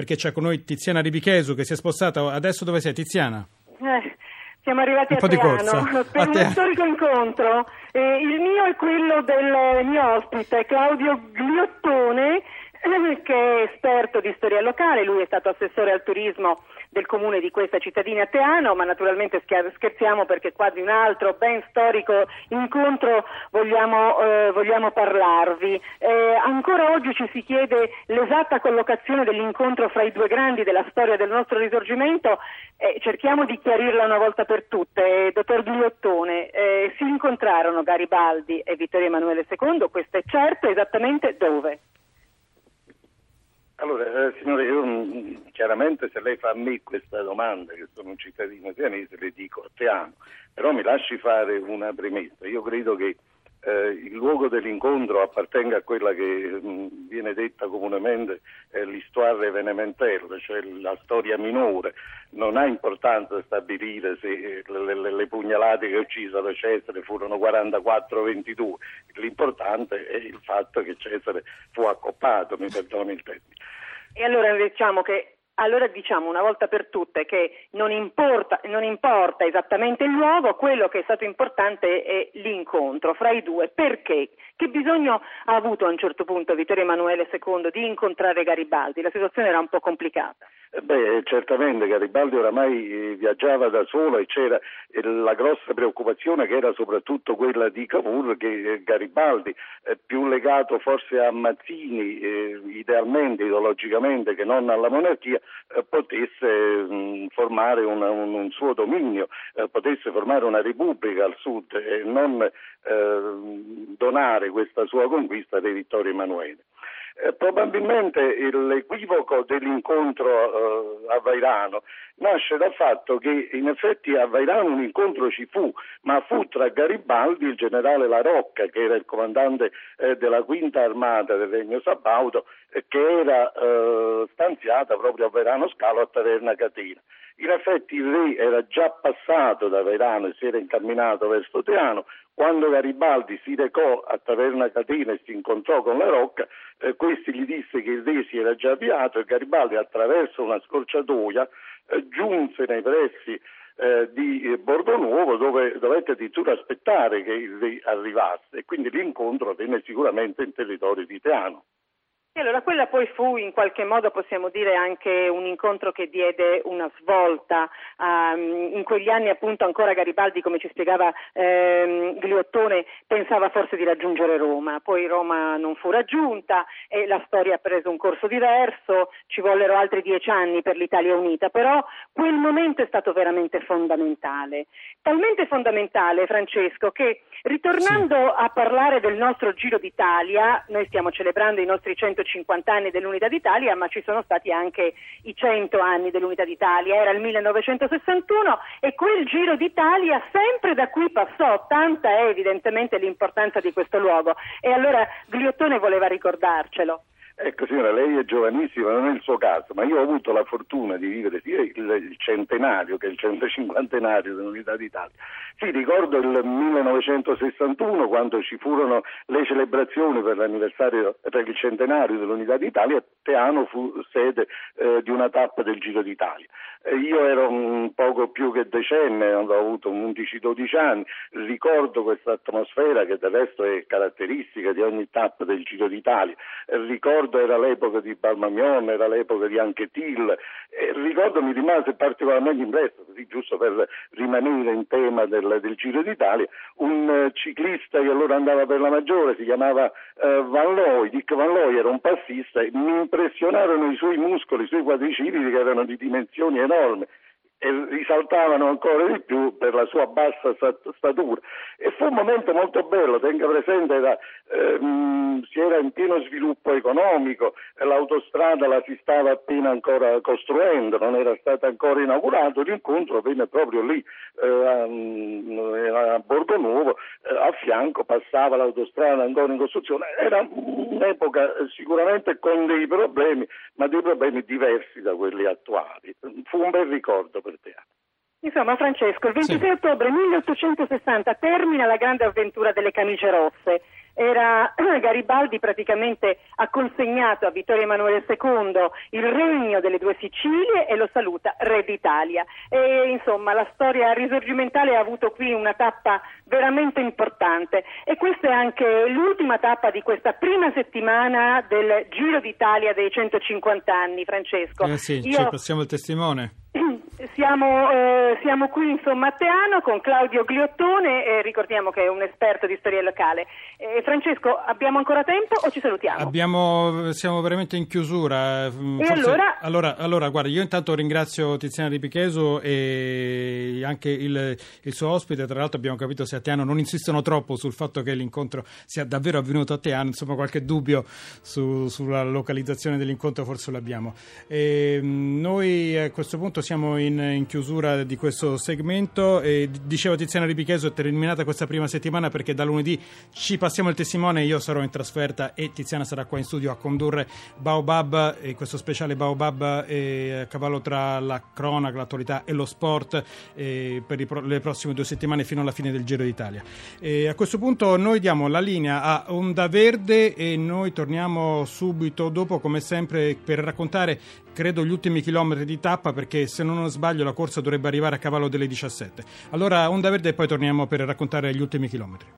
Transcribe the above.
perché c'è con noi Tiziana Ribichesu che si è spostata. Adesso dove sei, Tiziana? Siamo arrivati a Teano per uno storico incontro. Il mio è quello del mio ospite, Claudio Gliottone, che è esperto di storia locale. Lui è stato assessore al turismo del comune di questa cittadina Teano, ma naturalmente scherziamo perché qua di un altro ben storico incontro vogliamo parlarvi. Ancora oggi ci si chiede l'esatta collocazione dell'incontro fra i due grandi della storia del nostro Risorgimento. Cerchiamo di chiarirla una volta per tutte. Dottor Gliottone, si incontrarono Garibaldi e Vittorio Emanuele II, questo è certo, esattamente dove? Allora, signore, io chiaramente se lei fa a me questa domanda, che sono un cittadino teanese, le dico a Teano, però mi lasci fare una premessa. Io credo che il luogo dell'incontro appartenga a quella che viene detta comunemente l'histoire événementielle, cioè la storia minore. Non ha importanza stabilire se le pugnalate che uccisero Cesare furono 44-22, l'importante è il fatto che Cesare fu accoppato, mi perdoni il termine. E allora diciamo una volta per tutte che non importa esattamente il luogo, quello che è stato importante è l'incontro fra i due. Perché? Che bisogno ha avuto a un certo punto Vittorio Emanuele II di incontrare Garibaldi? La situazione era un po' complicata. Certamente Garibaldi oramai viaggiava da solo e c'era la grossa preoccupazione che era soprattutto quella di Cavour, che Garibaldi, più legato forse a Mazzini, ideologicamente che non alla monarchia, potesse formare un suo dominio, potesse formare una repubblica al sud e non donare questa sua conquista a Vittorio Emanuele. Probabilmente l'equivoco dell'incontro a Vairano nasce dal fatto che in effetti a Vairano un incontro ci fu, ma fu tra Garibaldi e il generale La Rocca, che era il comandante della quinta armata del Regno Sabaudo, che era stanziata proprio a Vairano Scalo, a Taverna Catena. In effetti il re era già passato da Vairano e si era incamminato verso Teano. Quando Garibaldi si recò a Taverna Catena e si incontrò con La Rocca, questi gli disse che il re si era già avviato e Garibaldi, attraverso una scorciatoia, giunse nei pressi di Borgonuovo, dove dovette addirittura aspettare che il re arrivasse, e quindi l'incontro avvenne sicuramente in territorio di Teano. E allora quella poi fu in qualche modo, possiamo dire, anche un incontro che diede una svolta. In quegli anni appunto ancora Garibaldi, come ci spiegava Gliottone, pensava forse di raggiungere Roma, poi Roma non fu raggiunta e la storia ha preso un corso diverso, ci vollero altri 10 anni per l'Italia unita, però quel momento è stato veramente fondamentale, talmente fondamentale, Francesco, che ritornando a parlare del nostro Giro d'Italia, noi stiamo celebrando i nostri 150 anni dell'Unità d'Italia, ma ci sono stati anche i 100 anni dell'Unità d'Italia, era il 1961 e quel Giro d'Italia sempre da qui passò, tanta è evidentemente l'importanza di questo luogo e allora Gliottone voleva ricordarcelo. Ecco signora, lei è giovanissima, non è il suo caso, ma io ho avuto la fortuna di vivere sia il centenario che il 150enario dell'Unità d'Italia. Sì, ricordo il 1961 quando ci furono le celebrazioni per l'anniversario, per il centenario dell'Unità d'Italia, Teano fu sede di una tappa del Giro d'Italia. Io ero un poco più che decenne, avevo avuto 11-12 anni, ricordo questa atmosfera che del resto è caratteristica di ogni tappa del Giro d'Italia, ricordo era l'epoca di Balmamion, era l'epoca di Anquetil, ricordo mi rimase particolarmente impresso, così giusto per rimanere in tema del Giro d'Italia, un ciclista che allora andava per la Maggiore, si chiamava Dick Van Looy, era un passista e mi impressionarono i suoi muscoli, i suoi quadricipiti che erano di dimensioni enormi e risaltavano ancora di più per la sua bassa statura e fu un momento molto bello. Tenga presente si era in pieno sviluppo economico, l'autostrada la si stava appena ancora costruendo, non era stata ancora inaugurata, l'incontro venne proprio lì a Borgonuovo, a fianco passava l'autostrada ancora in costruzione. Era un'epoca sicuramente con dei problemi, ma dei problemi diversi da quelli attuali. Fu un bel ricordo per te. Insomma, Francesco, il 26 ottobre 1860 termina la grande avventura delle camicie rosse. era Garibaldi praticamente ha consegnato a Vittorio Emanuele II il regno delle due Sicilie e lo saluta re d'Italia. E insomma la storia risorgimentale ha avuto qui una tappa veramente importante, e questa è anche l'ultima tappa di questa prima settimana del Giro d'Italia dei 150 anni, Francesco. Sì, ci passiamo il testimone. Siamo qui insomma a Teano con Claudio Gliottone, ricordiamo che è un esperto di storia locale. Francesco, abbiamo ancora tempo o ci salutiamo? Siamo veramente in chiusura. E allora, guarda, io intanto ringrazio Tiziana Ripichesu e anche il suo ospite. Tra l'altro abbiamo capito se a Teano non insistono troppo sul fatto che l'incontro sia davvero avvenuto a Teano, insomma qualche dubbio sulla localizzazione dell'incontro forse l'abbiamo. Noi a questo punto siamo in chiusura di questo segmento e dicevo Tiziana Ripichesu è terminata questa prima settimana perché da lunedì ci passiamo il testimone, io sarò in trasferta e Tiziana sarà qua in studio a condurre Baobab, e questo speciale Baobab a cavallo tra la cronaca, l'attualità e lo sport per le prossime 2 settimane fino alla fine del Giro d'Italia. A questo punto noi diamo la linea a Onda Verde e noi torniamo subito dopo, come sempre, per raccontare credo gli ultimi chilometri di tappa, perché se non sbaglio la corsa dovrebbe arrivare a cavallo delle 17. Allora Onda Verde e poi torniamo per raccontare gli ultimi chilometri.